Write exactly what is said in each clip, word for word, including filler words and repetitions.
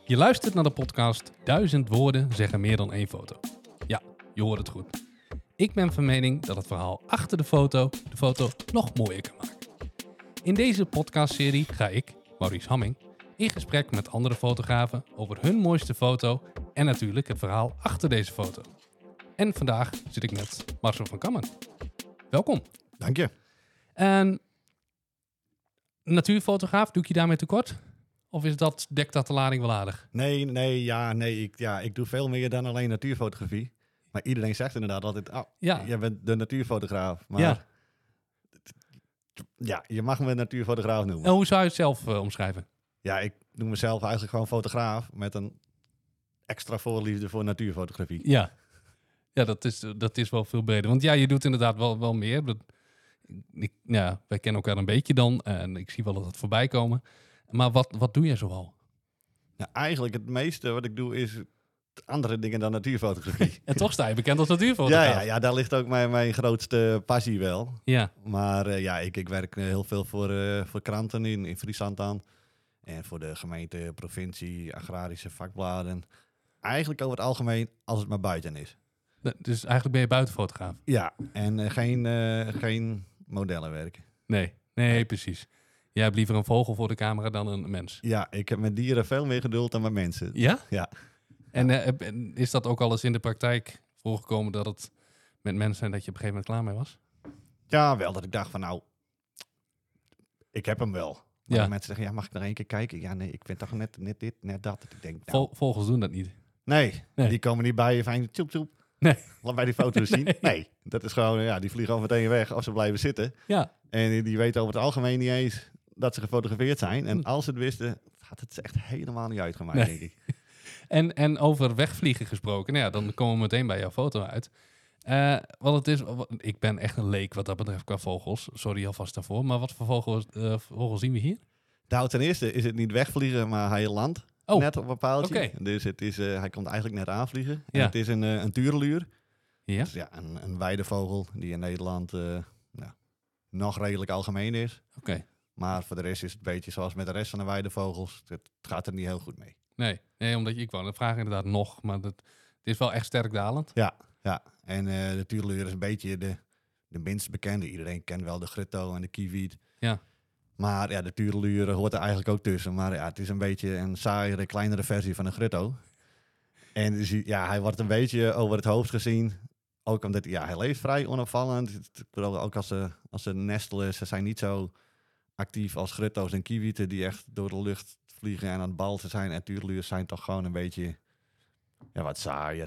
Je luistert naar de podcast Duizend woorden zeggen meer dan één foto. Ja, je hoort het goed. Ik ben van mening dat het verhaal achter de foto de foto nog mooier kan maken. In deze podcastserie ga ik, Maurice Hamming, in gesprek met andere fotografen over hun mooiste foto en natuurlijk het verhaal achter deze foto. En vandaag zit ik met Marcel van Kammen. Welkom. Dank je. En natuurfotograaf, doe ik je daarmee tekort? Of is dat, dekt dat de lading wel aardig? Nee, nee, ja, nee. Ik, ja, ik doe veel meer dan alleen natuurfotografie. Maar iedereen zegt inderdaad altijd, oh, Ja. jij bent de natuurfotograaf. Maar Ja. ja, je mag me natuurfotograaf noemen. En hoe zou je het zelf uh, omschrijven? Ja, ik noem mezelf eigenlijk gewoon fotograaf met een extra voorliefde voor natuurfotografie. Ja, ja dat, is, dat is wel veel breder. Want ja, je doet inderdaad wel, wel meer. Dat, ik, ja, wij kennen elkaar een beetje dan en ik zie wel dat het voorbij komen. Maar wat, wat doe jij zoal? Ja, eigenlijk het meeste wat ik doe is andere dingen dan natuurfotografie. En toch sta je bekend als natuurfotograaf. Ja, ja, ja, daar ligt ook mijn, mijn grootste passie wel. Ja. Maar uh, ja, ik, ik werk uh, heel veel voor, uh, voor kranten in, in Friesland dan. En voor de gemeente, provincie, agrarische vakbladen. Eigenlijk over het algemeen als het maar buiten is. Dus eigenlijk ben je buitenfotograaf? Ja, en uh, geen, uh, geen modellenwerk. Nee, nee, precies. Jij hebt liever een vogel voor de camera dan een mens. Ja, ik heb met dieren veel meer geduld dan met mensen. Ja? Ja. En uh, is dat ook al eens in de praktijk voorgekomen dat het met mensen en dat je op een gegeven moment klaar mee was? Ja, wel dat ik dacht van nou, ik heb hem wel. Maar Ja. mensen zeggen, ja, mag ik nog één keer kijken? Ja, nee, ik vind toch net, net dit, net dat. Ik denk, nou, Vol, vogels doen dat niet. nee, Nee. die komen niet bij je fijn, tjoep, tjoep. Nee. Laat mij die foto's zien. Nee. Nee, dat is gewoon, ja, die vliegen al meteen weg of ze blijven zitten. Ja. En die, die weten over het algemeen niet eens dat ze gefotografeerd zijn. En Hm. als ze het wisten, had het echt helemaal niet uitgemaakt, Nee. denk ik. En, en over wegvliegen gesproken, nou ja, dan komen we meteen bij jouw foto uit. Uh, wat het is, wat, ik ben echt een leek wat dat betreft qua vogels. Sorry alvast daarvoor. Maar wat voor vogels, uh, vogels zien we hier? Nou, ten eerste is het niet wegvliegen, maar hij landt Oh, net op een paaltje. oké. Dus het is, uh, hij komt eigenlijk net aanvliegen. En Ja. het is een, uh, een tureluur. Ja? Dus ja, een, een weidevogel die in Nederland uh, nou, nog redelijk algemeen is. Oké. Okay. Maar voor de rest is het een beetje zoals met de rest van de weidevogels. Het gaat er niet heel goed mee. Nee, nee, omdat je, ik wou dat vraag inderdaad nog, maar dat, het is wel echt sterk dalend. Ja, ja. En uh, de tureluur is een beetje de, de minst bekende. Iedereen kent wel de grutto en de kieviet. Ja. Maar ja, de tureluur hoort er eigenlijk ook tussen. Maar ja, het is een beetje een saaiere, kleinere versie van een grutto. En dus, ja, hij wordt een beetje over het hoofd gezien. Ook omdat ja, hij leeft vrij onopvallend. Ik bedoel, ook als ze, als ze nestelen, ze zijn niet zo actief als grutto's en kievieten die echt door de lucht vliegen en aan het balten zijn. En tureluurs zijn toch gewoon een beetje ja, wat saaier.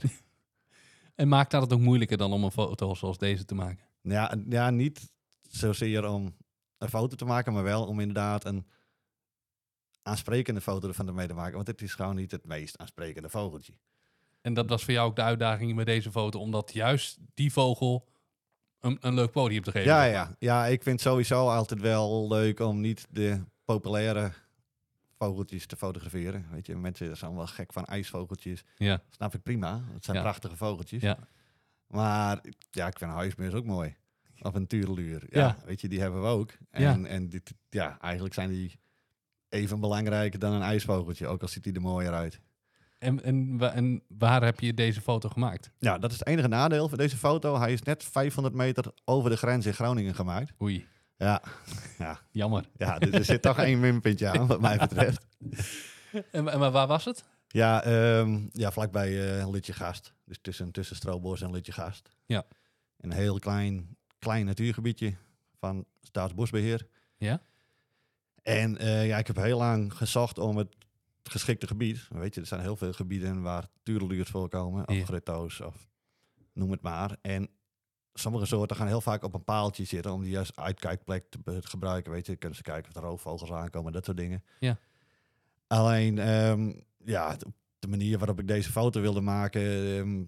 En maakt dat het ook moeilijker dan om een foto zoals deze te maken? Ja, ja, niet zozeer om een foto te maken, maar wel om inderdaad een aansprekende foto ervan ermee te maken. Want het is gewoon niet het meest aansprekende vogeltje. En dat was voor jou ook de uitdaging met deze foto, omdat juist die vogel een, een leuk podium te geven. Ja, ja, ja, ik vind sowieso altijd wel leuk om niet de populaire vogeltjes te fotograferen. Weet je, mensen zijn wel gek van ijsvogeltjes. Ja. Snap ik prima. Het zijn Ja. prachtige vogeltjes. Ja. Maar ja, ik vind een huismus ook mooi. Of een tureluur. Ja, Ja. weet je, die hebben we ook. En, Ja. en dit, ja, eigenlijk zijn die even belangrijk dan een ijsvogeltje. Ook al ziet die er mooier uit. En, en, wa- en waar heb je deze foto gemaakt? Ja, dat is het enige nadeel van deze foto. Hij is net vijfhonderd meter over de grens in Groningen gemaakt. Oei, Ja, ja, jammer. ja, dus er zit toch één minpuntje aan, wat mij betreft. En, en maar waar was het? Ja, um, ja vlakbij uh, Lutjegast. Dus tussen, tussen Stroobos en Lutjegast. Ja. Een heel klein, klein natuurgebiedje van Staatsbosbeheer. Ja? En uh, ja, ik heb heel lang gezocht om het geschikte gebied. Weet je, er zijn heel veel gebieden waar tureluurs voorkomen. Of Ja. grutto's, of noem het maar. En sommige soorten gaan heel vaak op een paaltje zitten om die juist uitkijkplek te be- gebruiken. Weet je, dan kunnen ze kijken of er roofvogels aankomen, dat soort dingen. Ja. Alleen, um, ja, de manier waarop ik deze foto wilde maken, um,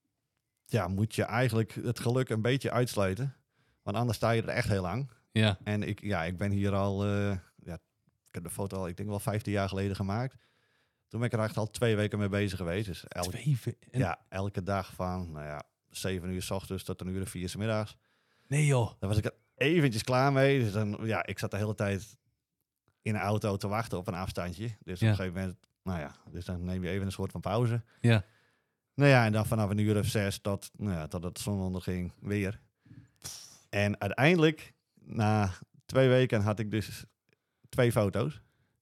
ja, moet je eigenlijk het geluk een beetje uitsluiten. Want anders sta je er echt heel lang. Ja. En ik, ja, ik ben hier al, uh, ja, ik heb de foto al, ik denk wel vijftien jaar geleden gemaakt. Toen ben ik er echt al twee weken mee bezig geweest. Dus elk, Twee ve- en- ja, elke dag van, nou ja, zeven uur 's ochtends tot een uur of vier 's middags. Nee joh. Dan was ik er eventjes klaar mee. Dus dan, ja, ik zat de hele tijd in een auto te wachten op een afstandje. Dus Ja. op een gegeven moment Nou ja, dus dan neem je even een soort van pauze. Ja. Nou ja, en dan vanaf een uur of zes tot, nou ja, tot het zon onderging weer. En uiteindelijk, na twee weken, had ik dus twee foto's.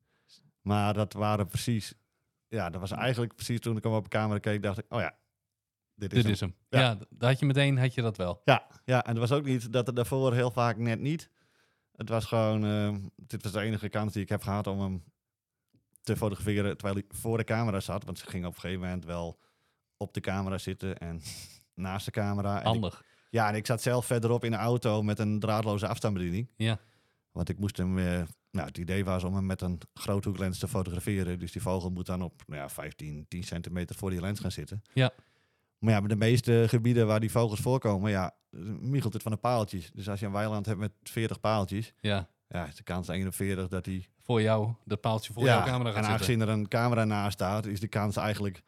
Maar dat waren precies... Ja, dat was eigenlijk precies toen ik hem op de camera keek, dacht ik, oh ja, dit is Dit hem. is hem. Ja. Ja, daar had je meteen had je dat wel. Ja, ja, en het was ook niet dat het daarvoor heel vaak net niet. Het was gewoon, uh, dit was de enige kans die ik heb gehad om hem te fotograferen terwijl hij voor de camera zat. Want ze ging op een gegeven moment wel op de camera zitten en naast de camera. En Handig. ik, ja, en ik zat zelf verderop in de auto met een draadloze afstandsbediening. Ja. Want ik moest hem, uh, nou het idee was om hem met een groothoeklens te fotograferen. Dus die vogel moet dan op nou ja, vijftien, tien centimeter voor die lens gaan zitten. Ja. Maar ja, bij de meeste gebieden waar die vogels voorkomen, ja, miegelt het van de paaltjes. Dus als je een weiland hebt met veertig paaltjes, Ja. ja, is de kans één op veertig dat die... Voor jou, dat paaltje voor ja, jouw camera gaat en zitten. aangezien er een camera naast staat, is de kans eigenlijk...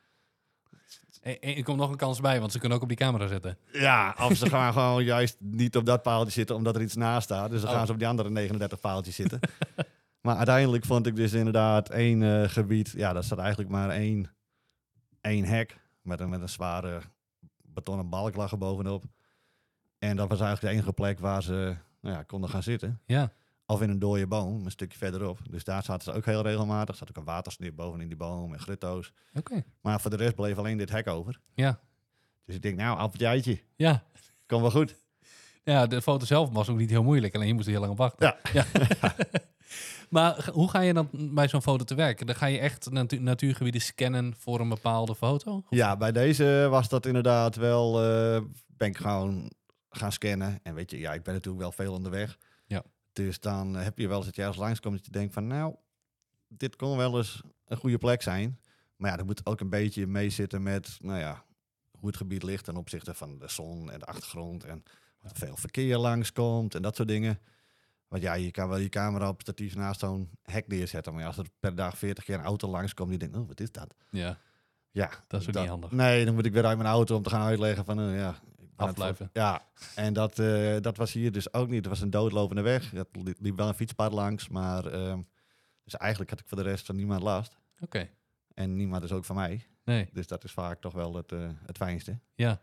En, en er komt nog een kans bij, want ze kunnen ook op die camera zitten. Ja, of ze gaan gewoon juist niet op dat paaltje zitten omdat er iets naast staat. Dus dan Oh. gaan ze op die andere negenendertig paaltjes zitten. Maar uiteindelijk vond ik dus inderdaad één uh, gebied. Ja, daar staat eigenlijk maar één, één hek met een, met een zware betonnen balk lag er bovenop. En dat was eigenlijk de enige plek waar ze nou ja, konden gaan zitten. Ja. Of in een dode boom, een stukje verderop. Dus daar zaten ze ook heel regelmatig. Er zat ook een watersnip bovenin die boom en grutto's. Oké. Okay. Maar voor de rest bleef alleen dit hek over. Ja. Dus ik denk, nou, appeltje eitje. Ja. Komt wel goed. Ja, de foto zelf was ook niet heel moeilijk. Alleen je moest er heel lang op wachten. Ja. ja. Maar hoe ga je dan bij zo'n foto te werken? Dan ga je echt natu- natuurgebieden scannen voor een bepaalde foto? Of? Ja, bij deze was dat inderdaad wel... Uh, ben ik gewoon gaan scannen. En weet je, ja, ik ben natuurlijk wel veel onderweg. Ja. Dus dan heb je wel eens dat je ergens langskomt dat je denkt van... Nou, dit kon wel eens een goede plek zijn. Maar ja, dat moet ook een beetje meezitten met... Nou ja, hoe het gebied ligt ten opzichte van de zon en de achtergrond. En wat er veel verkeer langskomt en dat soort dingen. Want ja, je kan wel je camera op statief naast zo'n hek neerzetten. Maar als er per dag veertig keer een auto langskomt, die denkt, oh, wat is dat? Ja, ja dat is ook dat, niet handig. Nee, dan moet ik weer uit mijn auto om te gaan uitleggen van, uh, ja... Afblijven. Ja, en dat, uh, dat was hier dus ook niet. Het was een doodlopende weg. Er liep wel een fietspad langs, maar... Uh, dus eigenlijk had ik voor de rest van niemand last. Oké. Okay. En niemand is ook van mij. Nee. Dus dat is vaak toch wel het, uh, het fijnste. Ja.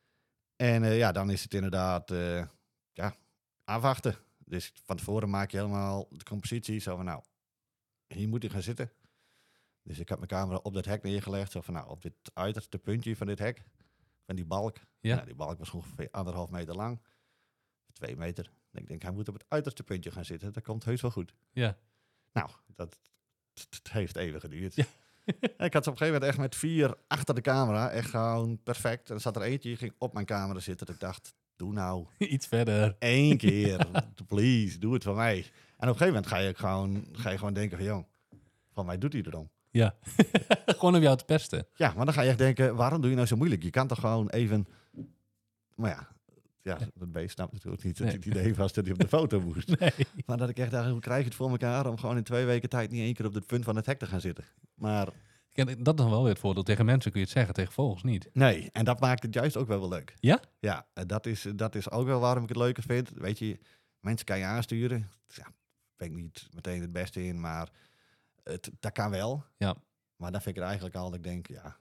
En uh, ja, dan is het inderdaad uh, ja, afwachten. Dus van tevoren maak je helemaal de compositie. Zo van, nou, hier moet hij gaan zitten. Dus ik heb mijn camera op dat hek neergelegd. Zo van, nou, op dit uiterste puntje van dit hek. Van die balk. Ja. Nou, die balk was ongeveer anderhalf meter lang. Twee meter. En ik denk, hij moet op het uiterste puntje gaan zitten. Dat komt heus wel goed. Ja. Nou, dat, dat heeft even geduurd. Ja. Ik had ze op een gegeven moment echt met vier achter de camera. Echt gewoon perfect. En er zat er eentje, die ging op mijn camera zitten. Dat ik dacht, doe nou. Iets verder. Eén keer. Please, doe het voor mij. En op een gegeven moment ga je gewoon, ga je gewoon denken van, jong, van mij doet hij erom. Ja. Gewoon om jou te pesten. Ja, maar dan ga je echt denken, waarom doe je nou zo moeilijk? Je kan toch gewoon even... Maar ja, ja, dat beest snapt natuurlijk niet dat Nee. het idee was dat hij op de foto moest. Nee. Maar dat ik echt dacht, hoe krijg je het voor elkaar om gewoon in twee weken tijd niet één keer op het punt van het hek te gaan zitten? Maar... Kijk, dat is dan wel weer het voordeel. Tegen mensen kun je het zeggen, tegen vogels niet. Nee, en dat maakt het juist ook wel wel leuk. Ja? Ja, dat is, dat is ook wel waarom ik het leuker vind. Weet je, mensen kan je aansturen. Ja, ben ik niet meteen het beste in, maar het, dat kan wel. Ja. Maar dan vind ik het eigenlijk al dat ik denk, ja...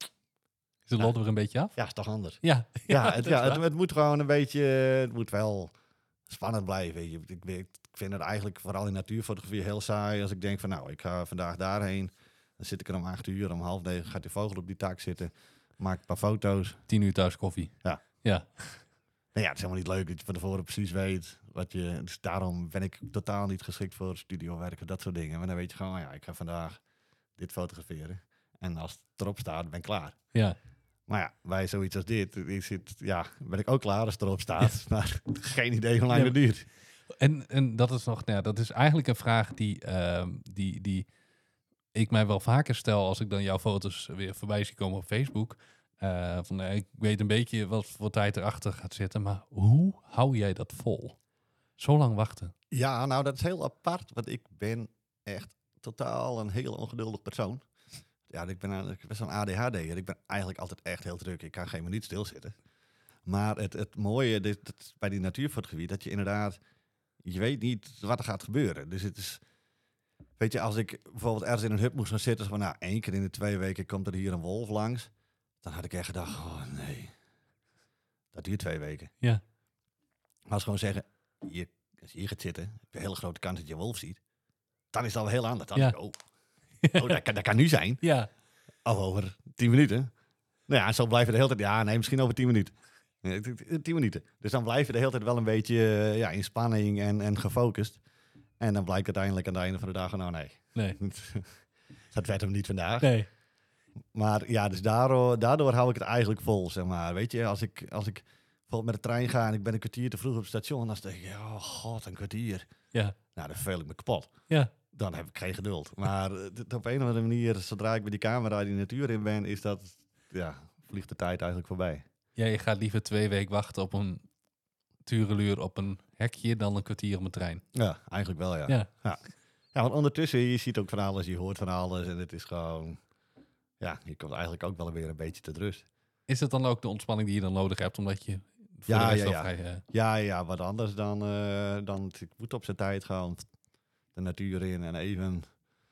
Is het Ja. lot er een beetje af? Ja, is toch anders. Ja. Ja, het, dat ja is het, waar. het moet gewoon een beetje... Het moet wel spannend blijven. Je- Ik, ik vind het eigenlijk vooral in natuurfotografie heel saai. Als ik denk van, nou, ik ga vandaag daarheen. Dan zit ik er om acht uur. Om half negen gaat die vogel op die tak zitten. Maak een paar foto's. Tien uur thuis koffie. Ja. Ja. Nou ja, het is helemaal niet leuk dat je van tevoren precies weet wat je... Dus daarom ben ik totaal niet geschikt voor studiowerken, dat soort dingen. Maar dan weet je gewoon, ja, ik ga vandaag dit fotograferen. En als het erop staat, ben ik klaar. Ja. Maar ja, bij zoiets als dit, ik zit, ja, ben ik ook klaar als het erop staat. Maar geen idee hoe lang Ja, het duurt. En, en dat is nog, nou ja, dat is eigenlijk een vraag die, ehm, die, die ik mij wel vaker stel als ik dan jouw foto's weer voorbij zie komen op Facebook. Uh, van, uh, ik weet een beetje wat voor tijd erachter gaat zitten, maar hoe hou jij dat vol? Zo lang wachten? Ja, nou dat is heel apart, want ik ben echt totaal een heel ongeduldig persoon. Ja, ik ben, een- ik ben zo'n A D H D'er. Ik ben eigenlijk altijd echt heel druk. Ik kan geen minuut stilzitten. Maar het, het mooie dit, dit, bij die natuurfotografie, dat je inderdaad, je weet niet wat er gaat gebeuren. Dus het is, weet je, als ik bijvoorbeeld ergens in een hut moest gaan zitten, zo van, nou, één keer in de twee weken komt er hier een wolf langs. Dan had ik echt gedacht, oh nee, dat duurt twee weken. Ja. Maar als gewoon zeggen, hier, als je hier gaat zitten, heb je een hele grote kans dat je een wolf ziet. Dan is dat wel heel anders. Dan Ja. denk ik, oh, oh dat, kan, dat kan nu zijn. Ja. Of over tien minuten. Nou ja, zo blijven de hele tijd, ja, nee, misschien over tien minuten. Nee, t- t- tien minuten. Dus dan blijf je de hele tijd wel een beetje uh, ja, in spanning en, en gefocust. En dan blijkt uiteindelijk aan het einde van de dag, nou nee, Nee. dat werd hem niet vandaag. Nee. Maar ja, dus daardoor, daardoor hou ik het eigenlijk vol, zeg maar. Weet je, als ik, als ik bijvoorbeeld met de trein ga en ik ben een kwartier te vroeg op het station, dan denk ik, oh god, een kwartier. Ja. Nou, dan verveel ik me kapot. Ja. Dan heb ik geen geduld. Maar uh, t- op een of andere manier, zodra ik met die camera die natuur in ben, is dat, ja, vliegt de tijd eigenlijk voorbij. Ja, je gaat liever twee weken wachten op een tureluur op een hekje dan een kwartier op een trein. Ja, eigenlijk wel, ja. Ja. Ja, ja want ondertussen, je ziet ook van alles, je hoort van alles en het is gewoon, ja, je komt eigenlijk ook wel weer een beetje tot rust. Is dat dan ook de ontspanning die je dan nodig hebt, omdat je voor Ja, de rest ja, al ja. vrij... uh, Ja, ja, wat anders dan, uh, dan ik moet op zijn tijd gewoon de natuur in en even,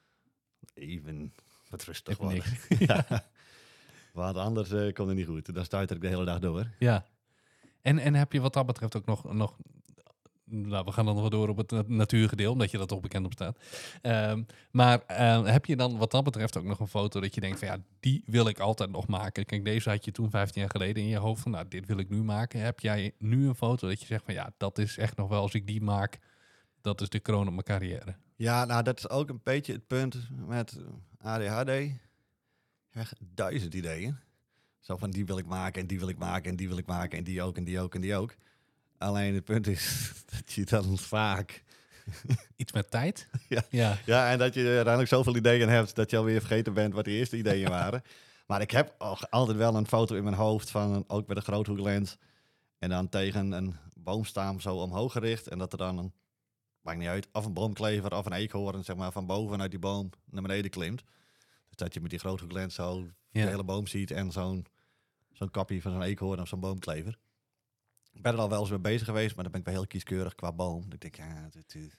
even wat rustig Even worden. Ja. Want anders uh, komt het niet goed. Dan stuiter ik de hele dag door. Ja. En, en heb je wat dat betreft ook nog... nog nou, we gaan dan nog wel door op het nat- natuurgedeelte, omdat je dat toch bekend op staat. Um, maar uh, heb je dan wat dat betreft ook nog een foto dat je denkt van ja, die wil ik altijd nog maken. Kijk, deze had je toen vijftien jaar geleden in je hoofd van nou, dit wil ik nu maken. Heb jij nu een foto dat je zegt van ja, dat is echt nog wel, als ik die maak, dat is de kroon op mijn carrière? Ja, nou dat is ook een beetje het punt met A D H D. Echt duizend ideeën. Zo van die wil ik maken en die wil ik maken en die wil ik maken en die ook en die ook en die ook. Alleen het punt is dat je dan vaak... Iets met tijd? ja. Ja. ja, en dat je uiteindelijk zoveel ideeën hebt dat je alweer vergeten bent wat de eerste ideeën waren. Maar ik heb altijd wel een foto in mijn hoofd van een, ook met een groothoeklens. En dan tegen een boomstaam zo omhoog gericht. En dat er dan een, maakt niet uit, of een boomklever of een eekhoorn zeg maar, van boven uit die boom naar beneden klimt. Dus dat je met die groothoeklens zo Ja. de hele boom ziet en zo'n zo'n kapje van zo'n eekhoorn of zo'n boomklever. Ik ben er al wel eens mee bezig geweest, maar dan ben ik wel heel kieskeurig qua boom. Ik denk, ja, dit is...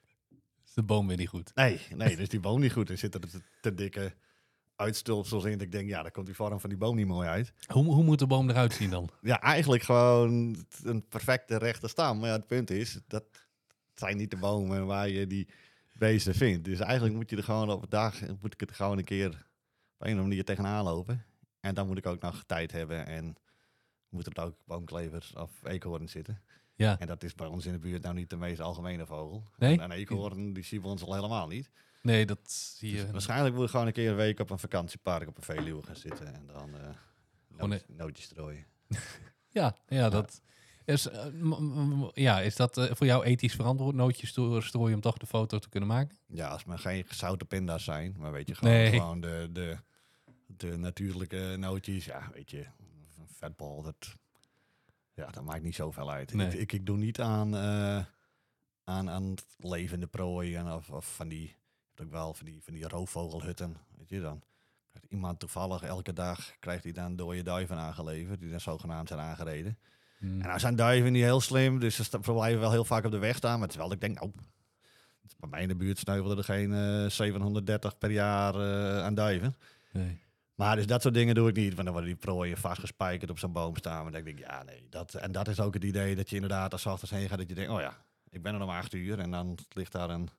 Is de boom weer niet goed? Nee, nee, dus die boom niet goed. Er zitten er te, te dikke uitstulpsels in. Dat ik denk, ja, daar komt die vorm van die boom niet mooi uit. Hoe, hoe moet de boom eruit zien dan? Ja, eigenlijk gewoon een perfecte rechte stam. Maar ja, het punt is, dat zijn niet de bomen waar je die beesten vindt. Dus eigenlijk moet je er gewoon op een dag, moet ik het gewoon een keer op een of andere manier tegenaan lopen. En dan moet ik ook nog tijd hebben en moeten er ook boomklevers of eekhoorns zitten. Ja. En dat is bij ons in de buurt nou niet de meest algemene vogel. Nee? En een eekhoorn, die zien we ons al helemaal niet. Nee, dat zie je... Dus waarschijnlijk moet ik gewoon een keer een week op een vakantiepark op een Veluwe gaan zitten en dan uh, nootjes, nootjes strooien. Ja, ja, dat is, uh, m- m- ja, is dat uh, voor jou ethisch verantwoord, nootjes sto- strooien om toch de foto te kunnen maken? Ja, als maar geen gezouten pinda's zijn, maar weet je, gewoon, Nee. gewoon de, de, de natuurlijke nootjes. Ja, weet je, een vetbal, dat, ja, dat maakt niet zoveel uit. Nee. Ik, ik, ik doe niet aan, uh, aan, aan levende prooi en of, of van die, ook wel van die, van die roofvogelhutten, weet je dan. Iemand toevallig elke dag krijgt hij dan dode duiven aangeleverd, die dan zogenaamd zijn aangereden. Hmm. En nou zijn duiven niet heel slim, dus ze sta- blijven wel heel vaak op de weg staan. Maar terwijl ik denk, nou, bij mij in de buurt sneuvelden er geen uh, zevenhonderddertig per jaar uh, aan duiven. Nee. Maar dus dat soort dingen doe ik niet, want dan worden die prooien vastgespijkerd op zo'n boom staan. En dan denk ik, ja nee, dat, en dat is ook het idee dat je inderdaad als 's ochtends heen gaat, dat je denkt, oh ja, ik ben er om acht uur en dan ligt daar een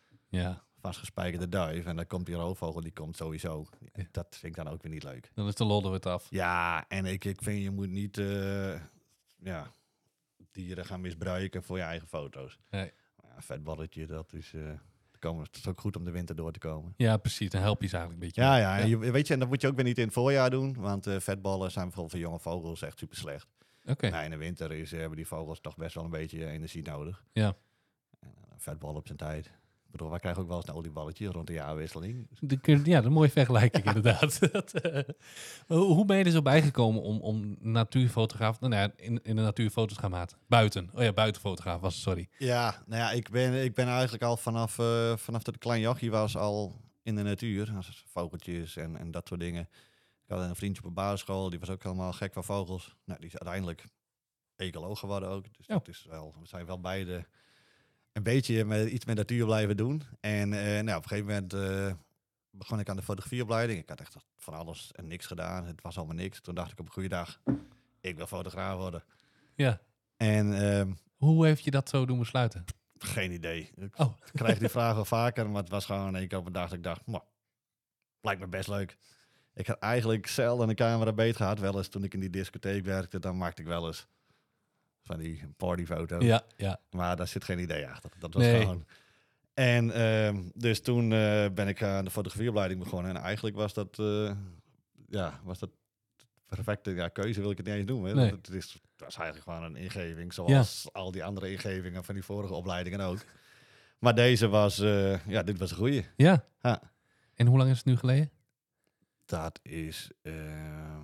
Ja, vastgespijkerde duif en dan komt die roofvogel, die komt sowieso. Dat vind ik dan ook weer niet leuk. dan is de lol er weer af. Ja, en ik, ik vind je moet niet uh, ja, dieren gaan misbruiken voor je eigen foto's. Nee. Ja, een vetballetje, dat is, uh, komen, het is ook goed om de winter door te komen. Ja, precies. Dan help je ze eigenlijk een beetje. Ja, ja, en je, weet je, en dat moet je ook weer niet in het voorjaar doen, want uh, vetballen zijn bijvoorbeeld voor jonge vogels echt super slecht. Oké. Okay. Maar in de winter is, uh, hebben die vogels toch best wel een beetje energie nodig. Ja. En, uh, een vetbal op zijn tijd. Ik bedoel, wij krijgen ook wel eens een olieballetje rond de jaarwisseling. De, ja, dat is een mooie vergelijking inderdaad. dat, uh, hoe hoe ben je er zo bijgekomen om, om natuurfotograaf, nou ja, in, in de natuurfoto's te gaan maken? Buiten. Oh ja, buitenfotograaf was het, sorry. Ja, nou ja, ik ben, ik ben eigenlijk al vanaf, uh, vanaf dat ik klein jochie was al in de natuur. Als vogeltjes en, en dat soort dingen. Ik had een vriendje op een basisschool, die was ook helemaal gek van vogels. Nou, die is uiteindelijk ecoloog geworden ook. Dus Ja. dat is wel, we zijn wel beide een beetje met, iets met natuur blijven doen. En uh, nou, op een gegeven moment uh, begon ik aan de fotografieopleiding. Ik had echt van alles en niks gedaan. Het was allemaal niks. Toen dacht ik op een goede dag, ik wil fotograaf worden. Ja. En uh, hoe heeft je dat zo doen besluiten? Geen idee. Ik oh. krijg die vraag wel vaker, maar het was gewoon één keer op een dag dat ik dacht, lijkt me best leuk. Ik had eigenlijk zelden een camera beet gehad. Wel eens toen ik in die discotheek werkte, dan maakte ik wel eens van die partyfoto's. Ja, ja. Maar daar zit geen idee achter. Dat was nee. gewoon... En uh, dus toen uh, ben ik aan de fotografieopleiding begonnen. En eigenlijk was dat, uh, ja, was dat perfecte ja, keuze, wil ik het niet eens noemen. Nee. Het, is, het was eigenlijk gewoon een ingeving, zoals ja. al die andere ingevingen van die vorige opleidingen ook. Maar deze was, uh, ja, dit was een goeie. Ja. ja. En hoe lang is het nu geleden? Dat is, uh,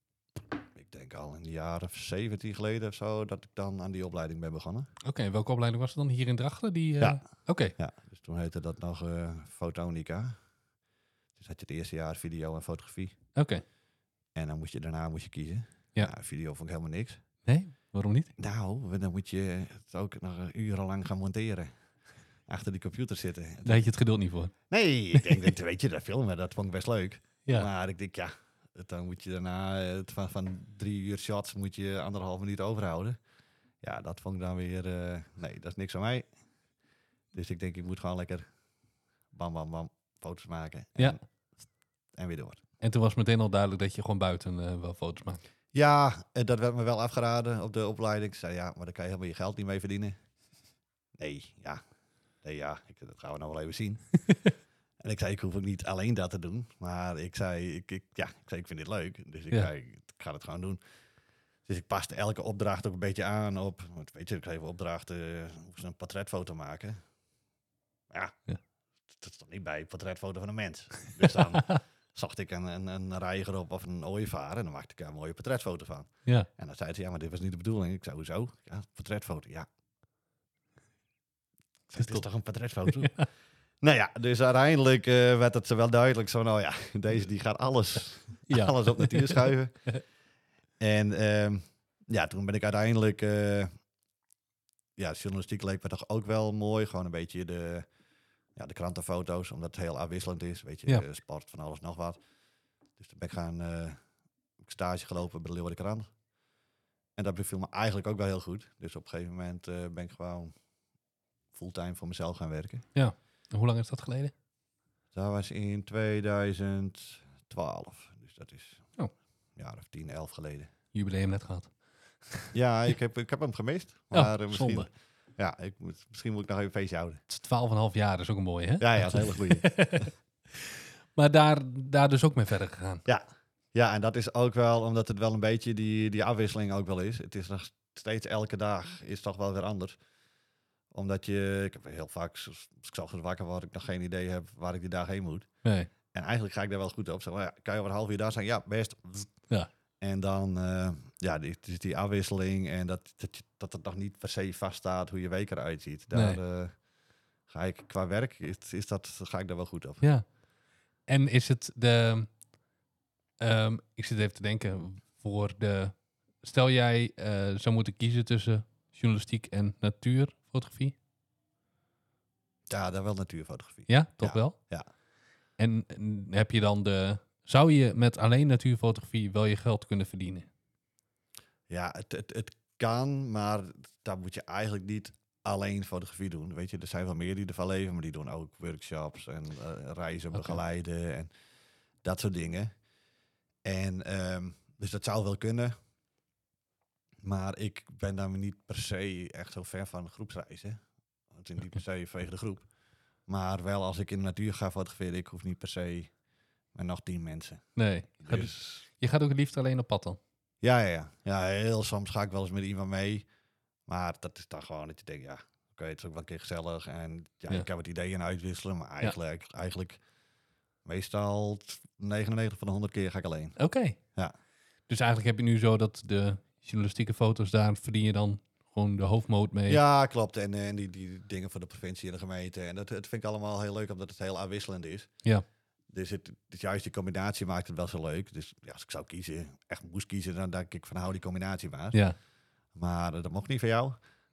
ik denk al een jaar of zeventien geleden of zo, dat ik dan aan die opleiding ben begonnen. Oké, okay, welke opleiding was het dan? Hier in Drachten? Die, uh... Ja. Oké. Okay. Ja, dus toen heette dat nog uh, Fotonica. Dus had je het eerste jaar video en fotografie. Oké. Okay. En dan moest je daarna moest je kiezen. Ja. Nou, video vond ik helemaal niks. Nee? Waarom niet? Nou, dan moet je het ook nog urenlang gaan monteren. Achter die computer zitten. Daar had je het geduld niet voor. Nee, ik denk, dat, weet je, dat filmen, dat vond ik best leuk. Ja. Maar ik denk, ja, dan moet je daarna het van, van drie uur shots moet je anderhalf minuut overhouden. Ja, dat vond ik dan weer, uh, nee, dat is niks aan mij. Dus ik denk, ik moet gewoon lekker bam, bam, bam, foto's maken. En, ja. En weer door. En toen was meteen al duidelijk dat je gewoon buiten uh, wel foto's maakt. Ja, dat werd me wel afgeraden op de opleiding. Ik zei, ja, maar daar kan je helemaal je geld niet mee verdienen. Nee, ja. Nee, ja, ik, dat gaan we nou wel even zien. En ik zei, ik hoef ook niet alleen dat te doen. Maar ik zei, ik, ik, ja, ik, zei, ik vind dit leuk. Dus ik, ja. zei, ik ga het gewoon doen. Dus ik paste elke opdracht ook een beetje aan op... Want weet je, ik kreeg opdrachten, uh, hoe ze een portretfoto maken. Ja, ja, dat is toch niet bij een portretfoto van een mens. Dus dan zocht ik een, een, een reiger op of een ooievaar... en dan maakte ik er een mooie portretfoto van. Ja. En dan zei ze, ja, maar dit was niet de bedoeling. Ik zei, hoezo? Ja, portretfoto, ja. Het is, het is toch een portretfoto? Ja. Nou ja, dus uiteindelijk uh, werd het wel duidelijk zo, nou ja, deze die gaat alles, ja. alles op natuur schuiven. En um, ja, toen ben ik uiteindelijk, uh, ja, de journalistiek leek me toch ook wel mooi. Gewoon een beetje de, ja, de krantenfoto's, omdat het heel afwisselend is. Weet je, ja. uh, sport, van alles nog wat. Dus toen ben ik gaan, uh, stage gelopen bij de Leeuwarden Krant. En dat beviel me eigenlijk ook wel heel goed. Dus op een gegeven moment uh, ben ik gewoon fulltime voor mezelf gaan werken. Ja. En hoe lang is dat geleden? Dat was in tweeduizend twaalf. Dus dat is oh. een jaar of tien, elf geleden. Jubileum net gehad. Ja, ik heb, ik heb hem gemist. Maar oh, uh, misschien, zonde. Ja, ik moet, misschien moet ik nog even een feestje houden. Het is twaalf en een half jaar, dat is ook een mooie, hè? Ja, ja, dat is een hele goeie. Maar daar, daar dus ook mee verder gegaan. Ja. Ja, en dat is ook wel, omdat het wel een beetje die, die afwisseling ook wel is. Het is nog steeds elke dag, is toch wel weer anders. Omdat je, ik heb heel vaak, als ik zo wakker word, ik nog geen idee heb waar ik die dag heen moet. Nee. En eigenlijk ga ik daar wel goed op. Zeg maar, ja, kan je over een half uur daar zijn? Ja, best. Ja. En dan, uh, ja, die, dus die afwisseling en dat, dat, dat het nog niet per se vaststaat hoe je week eruit ziet. Daar nee. uh, ga ik qua werk, is, is dat, ga ik daar wel goed op. Ja. En is het de, um, ik zit even te denken, voor de, stel jij uh, zou moeten kiezen tussen journalistiek en natuurfotografie? Ja, dan wel natuurfotografie. Ja, toch ja, wel? Ja. En, en heb je dan de... Zou je met alleen natuurfotografie wel je geld kunnen verdienen? Ja, het, het, het kan, maar daar moet je eigenlijk niet alleen fotografie doen. Weet je, er zijn wel meer die ervan leven, maar die doen ook workshops en uh, reizen okay. begeleiden en dat soort dingen. En um, dus dat zou wel kunnen. Maar ik ben daar niet per se echt zo ver van groepsreizen. Het is niet per se vanwege de groep. Maar wel als ik in de natuur ga fotograferen, ik hoef niet per se met nog tien mensen. Nee. Dus... Je gaat ook het liefst alleen op pad dan? Ja, ja, ja. Ja, heel soms ga ik wel eens met iemand mee. Maar dat is dan gewoon dat je denkt, ja, oké, okay, het is ook wel een keer gezellig. En ja, ja. ik kan wat ideeën uitwisselen. Maar eigenlijk, ja. eigenlijk meestal negenennegentig van de honderd keer ga ik alleen. Oké. Okay. Ja. Dus eigenlijk heb je nu zo dat de journalistieke foto's, daar verdien je dan gewoon de hoofdmoot mee. Ja, klopt. En, en die, die dingen voor de provincie en de gemeente. En dat, dat vind ik allemaal heel leuk, omdat het heel afwisselend is. Ja. Dus, het, dus juist die combinatie maakt het wel zo leuk. Dus ja, als ik zou kiezen, echt moest kiezen, dan denk ik van hou die combinatie maar. Ja. Maar uh, dat mocht niet van jou.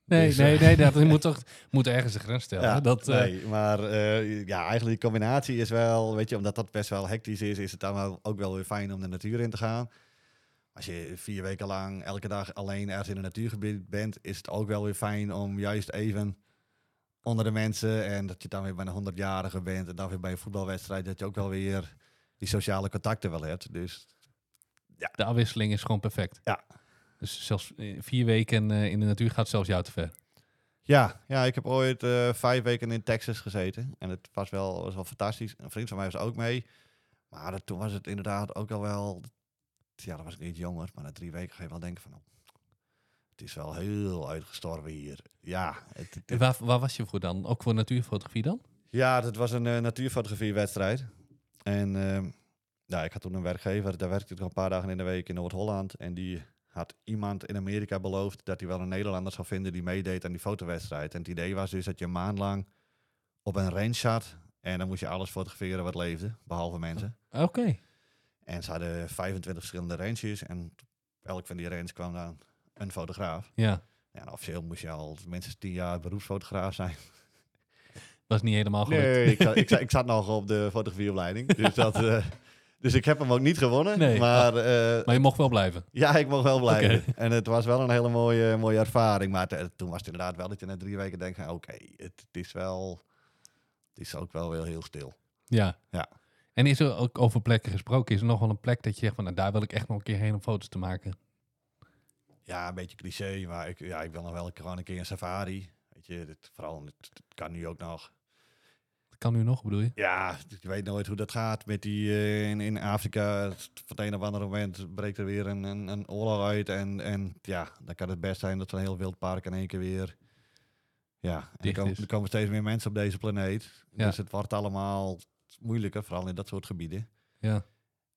Nee, Dus, nee, uh, nee, dat moet toch moet ergens een grens stellen. Ja, dat, uh, nee, maar uh, ja, eigenlijk die combinatie is wel, weet je, omdat dat best wel hectisch is, is het dan wel, ook wel weer fijn om de natuur in te gaan. Als je vier weken lang elke dag alleen ergens in een natuurgebied bent, is het ook wel weer fijn om juist even onder de mensen en dat je dan weer bij een honderdjarige bent en dan weer bij een voetbalwedstrijd, dat je ook wel weer die sociale contacten wel hebt. Dus ja. De afwisseling is gewoon perfect. Ja. Dus zelfs vier weken uh, in de natuur gaat zelfs jou te ver. Ja, ja, ik heb ooit uh, vijf weken in Texas gezeten. En het was wel, was wel fantastisch. Een vriend van mij was ook mee. Maar dat, toen was het inderdaad ook al wel... Ja, dan was ik niet jonger. Maar na drie weken ga je wel denken van... Oh, het is wel heel uitgestorven hier. Ja. Het, het, en waar, waar was je voor dan? Ook voor natuurfotografie dan? Ja, dat was een uh, natuurfotografiewedstrijd. En uh, ja, ik had toen een werkgever. Daar werkte ik nog een paar dagen in de week in Noord-Holland. En die... had iemand in Amerika beloofd dat hij wel een Nederlander zou vinden die meedeed aan die fotowedstrijd. En het idee was dus dat je een maand lang op een range zat en dan moest je alles fotograferen wat leefde, behalve mensen. Oké. Okay. En ze hadden vijfentwintig verschillende ranges en op elk van die ranges kwam dan een fotograaf. Ja. Ja, en officieel moest je al minstens tien jaar beroepsfotograaf zijn. Was niet helemaal gelukt. Nee, ik zat, ik, zat, ik zat nog op de fotografieopleiding, dus dat... Uh, Dus ik heb hem ook niet gewonnen. Nee, maar, uh, maar je mocht wel blijven. Ja, ik mocht wel blijven. Okay. En het was wel een hele mooie, mooie ervaring. Maar te, toen was het inderdaad wel dat je na drie weken denkt... Oké, okay, het, het is wel... Het is ook wel weer heel stil. Ja. Ja. En is er ook over plekken gesproken? Is er nog wel een plek dat je zegt van... Nou, daar wil ik echt nog een keer heen om foto's te maken? Ja, een beetje cliché. Maar ik, ja, ik wil nog wel gewoon een keer een safari. Weet je, dit, vooral... Het, het kan nu ook nog... Kan nu nog, bedoel je? Ja, je weet nooit hoe dat gaat met die uh, in, in Afrika. Van het een op andere moment breekt er weer een, een, een oorlog uit. En, en ja, dan kan het best zijn dat zo'n heel wildpark in één keer weer... Ja, en er, komen, er komen steeds meer mensen op deze planeet. Ja. Dus het wordt allemaal moeilijker, vooral in dat soort gebieden. Ja.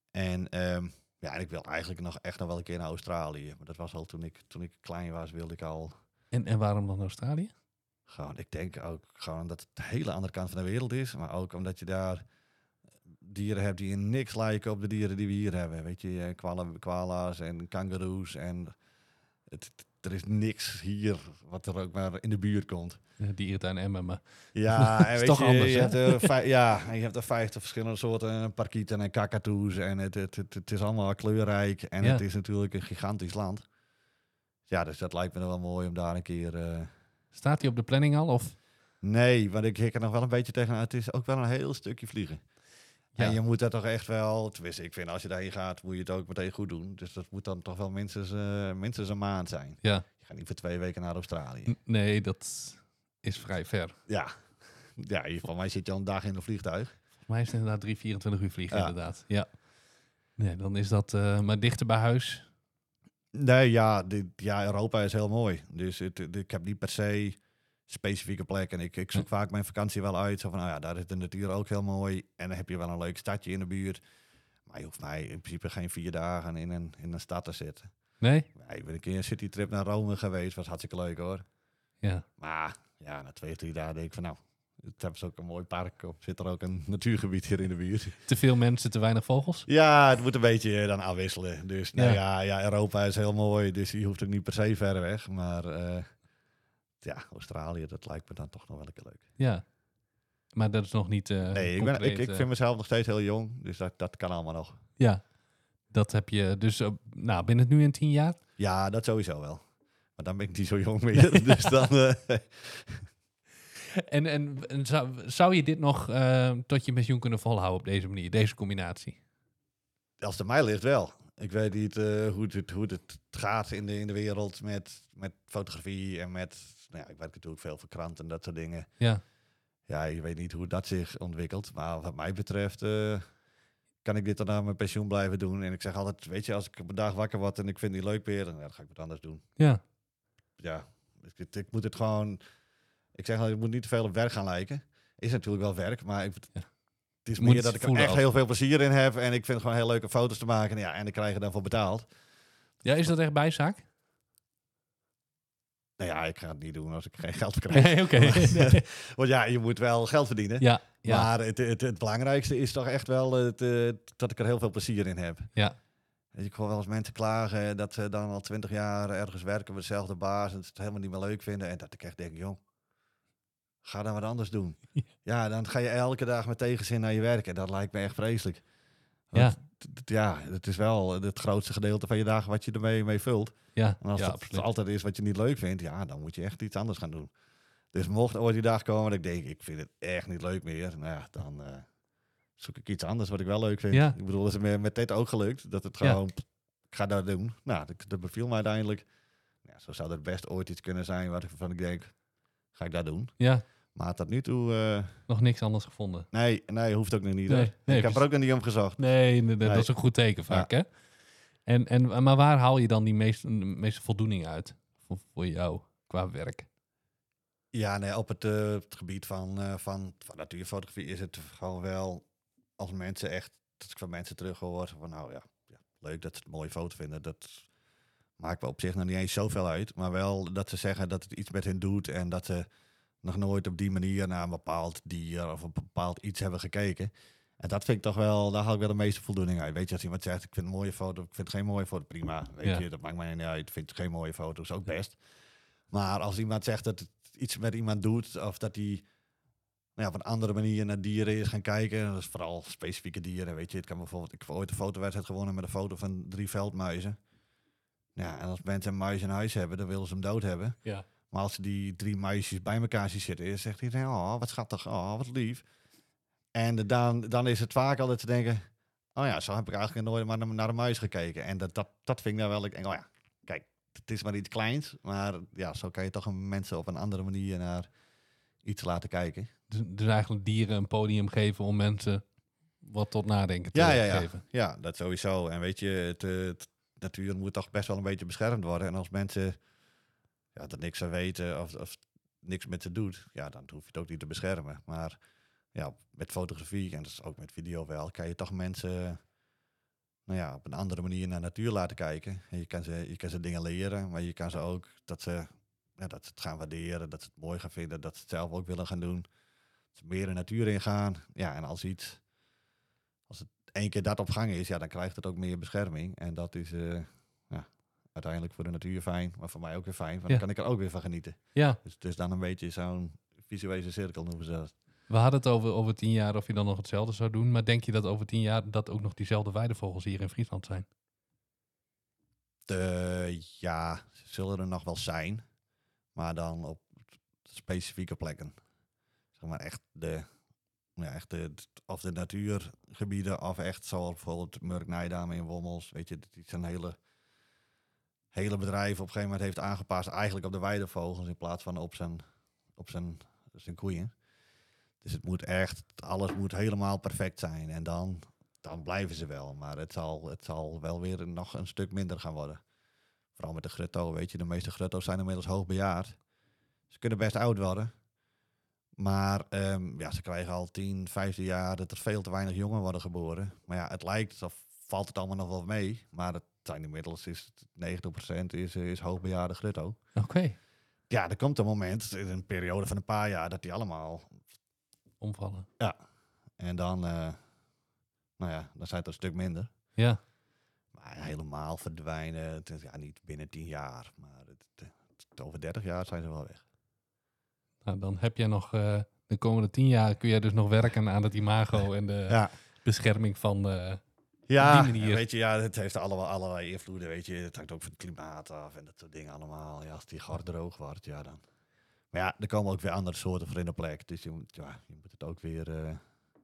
En um, ja, ik wil eigenlijk nog echt nog wel een keer naar Australië. Maar dat was al toen ik, toen ik klein was, wilde ik al... En, en waarom dan Australië? Gewoon, ik denk ook gewoon dat het de hele andere kant van de wereld is. Maar ook omdat je daar dieren hebt die in niks lijken op de dieren die we hier hebben. Weet je, koala's en kangaroes. En het, er is niks hier wat er ook maar in de buurt komt. Ja, dierentuin Emmen, maar... Ja, en is weet toch je, anders, je hè? hebt er vijf, ja, je hebt er vijftig verschillende soorten parkieten en kakatoes. En het, het, het, het is allemaal kleurrijk. En ja. Het is natuurlijk een gigantisch land. Ja, dus dat lijkt me wel mooi om daar een keer... Uh, Staat hij op de planning al? Of? Nee, want ik hik er nog wel een beetje tegenaan. Het is ook wel een heel stukje vliegen. Ja. En je moet dat toch echt wel... Tenminste, ik vind als je daarheen gaat, moet je het ook meteen goed doen. Dus dat moet dan toch wel minstens, uh, minstens een maand zijn. Ja. Je gaat niet voor twee weken naar Australië. N- nee, dat is vrij ver. Ja. Ja, van mij zit je al een dag in een vliegtuig. Volgens mij is het inderdaad drie, vierentwintig uur vliegen, ja. inderdaad. Ja. Nee, dan is dat uh, maar dichter bij huis. Nee, ja, dit, ja, Europa is heel mooi. Dus het, het, ik heb niet per se specifieke plekken. Ik, ik zoek hm. vaak mijn vakantie wel uit. Zo van, nou ja, daar is de natuur ook heel mooi. En dan heb je wel een leuk stadje in de buurt. Maar je hoeft mij in principe geen vier dagen in een, in een stad te zitten. Nee? Nee, ik ben een keer een citytrip naar Rome geweest. Was hartstikke leuk hoor. Ja. Maar ja, na twee, drie dagen denk ik van nou, het hebben ze ook een mooi park op. Zit er ook een natuurgebied hier in de buurt. Te veel mensen, te weinig vogels? Ja, het moet een beetje dan afwisselen. Dus nou ja, ja, ja Europa is heel mooi. Dus je hoeft ook niet per se ver weg. Maar uh, ja, Australië, dat lijkt me dan toch nog wel een keer leuk. Ja, maar dat is nog niet uh, Nee, ik, ben, ik, ik vind mezelf nog steeds heel jong. Dus dat, dat kan allemaal nog. Ja, dat heb je dus, uh, nou, ben het nu in tien jaar? Ja, dat sowieso wel. Maar dan ben ik niet zo jong meer. Dus dan... Uh, En, en, en zou, zou je dit nog uh, tot je pensioen kunnen volhouden op deze manier, deze combinatie? Als het aan mij ligt wel. Ik weet niet uh, hoe, het, hoe het gaat in de, in de wereld met, met fotografie en met... Nou ja, ik werk natuurlijk veel voor kranten en dat soort dingen. Ja. Ja, je weet niet hoe dat zich ontwikkelt. Maar wat mij betreft uh, kan ik dit dan aan mijn pensioen blijven doen. En ik zeg altijd, weet je, als ik op een dag wakker word en ik vind die leuk weer, dan, ja, dan ga ik wat anders doen. Ja. Ja, ik, ik moet het gewoon... Ik zeg altijd, het moet niet te veel op werk gaan lijken. Is natuurlijk wel werk, maar ik, ja. het is meer dat ik er echt heel veel plezier in heb. En ik vind het gewoon heel leuke foto's te maken. En, ja, en ik krijg er dan voor betaald. Ja, is dat echt bijzaak? Nou ja, ik ga het niet doen als ik geen geld krijg. Nee, oké. Okay. Nee. Want ja, je moet wel geld verdienen. Ja, ja. Maar het, het, het belangrijkste is toch echt wel het, het, dat ik er heel veel plezier in heb. Ja. Weet je, ik hoor wel eens mensen klagen dat ze dan al twintig jaar ergens werken bij dezelfde baas en het helemaal niet meer leuk vinden. En dat ik echt denk, joh, ga dan wat anders doen. Ja. Ja, dan ga je elke dag met tegenzin naar je werk en dat lijkt me echt vreselijk. Ja. Want, t- t- ja, het is wel het grootste gedeelte van je dag wat je ermee mee vult. Ja, En als ja, het absoluut. altijd is wat je niet leuk vindt, ja, dan moet je echt iets anders gaan doen. Dus mocht ooit die dag komen dat ik denk, ik vind het echt niet leuk meer. Nou ja, dan eh, zoek ik iets anders wat ik wel leuk vind. Ja. Ik bedoel, dat is met, met dit ook gelukt. Dat het Ja. gewoon, pff, ik ga dat doen. Nou, dat, dat beviel me uiteindelijk. Ja, zo zou er best ooit iets kunnen zijn waarvan ik denk, ga ik dat doen. Ja, Maar tot nu toe, eh, nog niks anders gevonden. nee, nee, hoeft ook nog niet. Nee, hoor. nee, ik heb precies. er ook nog niet om gezocht. Nee, nee, nee, dat Nee. is een goed teken vaak, hè? En, en, maar waar haal je dan die meeste, meeste voldoening uit voor, voor jou qua werk? Ja, nee, op het, eh, het gebied van, eh, van, van natuurfotografie is het gewoon wel als mensen echt, als ik van mensen terug hoor, van nou ja, ja, leuk dat ze het een mooie foto vinden. Dat maakt me op zich nog niet eens zoveel uit. Maar wel dat ze zeggen dat het iets met hen doet en dat ze nog nooit op die manier naar een bepaald dier of een bepaald iets hebben gekeken. En dat vind ik toch wel, daar haal ik wel de meeste voldoening uit. Weet je, als iemand zegt, ik vind een mooie foto, ik vind het geen mooie foto, prima. Weet Ja. je, dat maakt mij niet uit. Vind je geen mooie foto's, ook best. Maar als iemand zegt dat het iets met iemand doet, of dat hij nou ja, op een andere manier naar dieren is gaan kijken, dat is vooral specifieke dieren, weet je. Het kan bijvoorbeeld, ik heb ooit een fotowedstrijd gewonnen met een foto van drie veldmuizen. Ja, en als mensen een muis in huis hebben, dan willen ze hem dood hebben. Ja. Maar als ze die drie muisjes bij elkaar zien zitten, zegt iedereen, oh, wat schattig, oh, wat lief. En de- dan, dan is het vaak altijd te denken, oh ja, zo heb ik eigenlijk nooit maar naar, naar een muis gekeken. En dat, dat, dat vind ik nou wel, ik denk, oh ja, kijk, het is maar iets kleins, maar ja, zo kan je toch een mensen op een andere manier naar iets laten kijken. Dus, dus eigenlijk dieren een podium geven om mensen wat tot nadenken te Ja, ja, ja. geven. Ja, dat sowieso. En weet je, het, eh, het natuur moet toch best wel een beetje beschermd worden. En als mensen ja, er niks van weten of, of niks met ze doet, ja, dan hoef je het ook niet te beschermen. Maar ja, met fotografie en dus ook met video wel, kan je toch mensen nou ja, op een andere manier naar natuur laten kijken. En je kan ze, je kan ze dingen leren, maar je kan ze ook dat ze, ja, dat ze het gaan waarderen, dat ze het mooi gaan vinden, dat ze het zelf ook willen gaan doen. Dat ze meer de natuur ingaan. Ja, en als iets, als het één keer dat op gang is, ja, dan krijgt het ook meer bescherming. En dat is eh, ja, uiteindelijk voor de natuur fijn, maar voor mij ook weer fijn, want Ja. dan kan ik er ook weer van genieten. Ja, Dus het is dan een beetje zo'n visuele cirkel noemen ze dat. we hadden het over, over tien jaar of je dan nog hetzelfde zou doen. Maar denk je dat over tien jaar dat ook nog diezelfde weidevogels hier in Friesland zijn? De, ja, ze zullen er nog wel zijn, maar dan op specifieke plekken. Zeg maar echt de, ja, echt de, of de natuurgebieden, of echt zoals bijvoorbeeld Murk-Nijdam in Wommels. Weet je, die zijn hele, hele bedrijf op een gegeven moment heeft aangepast eigenlijk op de weidevogels in plaats van op zijn, op zijn, zijn koeien. Dus het moet echt, alles moet helemaal perfect zijn. En dan, dan blijven ze wel. Maar het zal, het zal wel weer nog een stuk minder gaan worden. Vooral met de grutto, weet je. De meeste grutto's zijn inmiddels hoogbejaard. Ze kunnen best oud worden. Maar um, ja, ze krijgen al tien, vijftien jaar dat er veel te weinig jongen worden geboren. Maar ja, het lijkt, of valt het allemaal nog wel mee. Maar het zijn inmiddels, is negentig procent is, is hoogbejaarde grutto. Oké. Okay. Ja, er komt een moment, in een periode van een paar jaar, dat die allemaal omvallen. Ja, en dan, uh, nou ja, dan zijn het een stuk minder. Ja. Maar helemaal verdwijnen, het is, ja, niet binnen tien jaar, maar het, het, het, over dertig jaar zijn ze wel weg. Nou, dan heb jij nog, uh, de komende tien jaar kun jij dus nog werken aan het imago en de ja. bescherming van uh, ja, die manier. Weet je, ja, het heeft allemaal allerlei invloeden, weet je. Het hangt ook van het klimaat af en dat soort dingen allemaal. Ja, als die gar droog wordt, ja dan. Maar ja, er komen ook weer andere soorten voor in de plek. Dus je moet, ja, je moet het ook weer... Uh...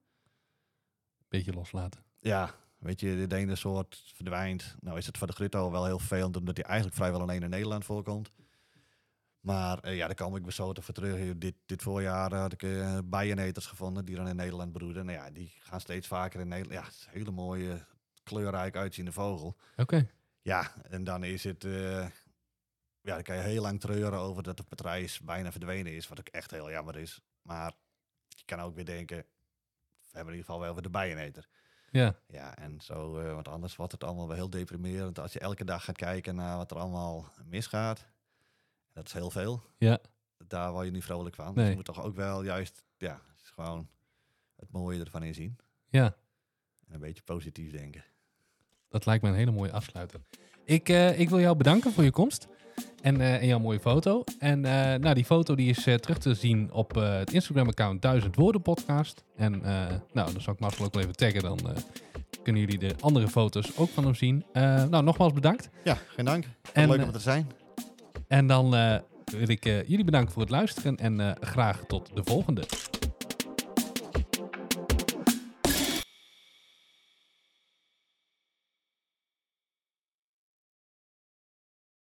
beetje loslaten. Ja, weet je, de ene soort verdwijnt. Nou is het voor de grutto wel heel vervelend, omdat hij eigenlijk vrijwel alleen in Nederland voorkomt. Maar uh, ja, daar kom ik weer soorten voor terug. Dit, dit voorjaar had ik uh, bijeneters gevonden die dan in Nederland broeden. Nou ja, die gaan steeds vaker in Nederland. Ja, het is een hele mooie, kleurrijk uitziende vogel. Oké. Okay. Ja, en dan is het... Uh, ja, dan kan je heel lang treuren over dat het patrijs bijna verdwenen is. Wat ook echt heel jammer is. Maar je kan ook weer denken... We hebben in ieder geval wel weer de bijeneter. Ja. Ja, en zo... Uh, want anders wordt het allemaal wel heel deprimerend. Als je elke dag gaat kijken naar wat er allemaal misgaat. Dat is heel veel. Ja. Daar word je niet vrolijk van. Nee. Dus je moet toch ook wel juist... Ja, gewoon het mooie ervan inzien. Ja. En een beetje positief denken. dat lijkt me een hele mooie afsluiter. Ik, uh, ik wil jou bedanken voor je komst en, uh, en jouw mooie foto. En uh, nou, die foto die is uh, terug te zien op uh, het Instagram-account duizend woorden podcast. En uh, nou, dan zal ik Marcel ook wel even taggen. Dan uh, kunnen jullie de andere foto's ook van hem zien. Uh, nou, nogmaals bedankt. Ja, geen dank. En, leuk om er te zijn. En dan uh, wil ik uh, jullie bedanken voor het luisteren. En uh, graag tot de volgende.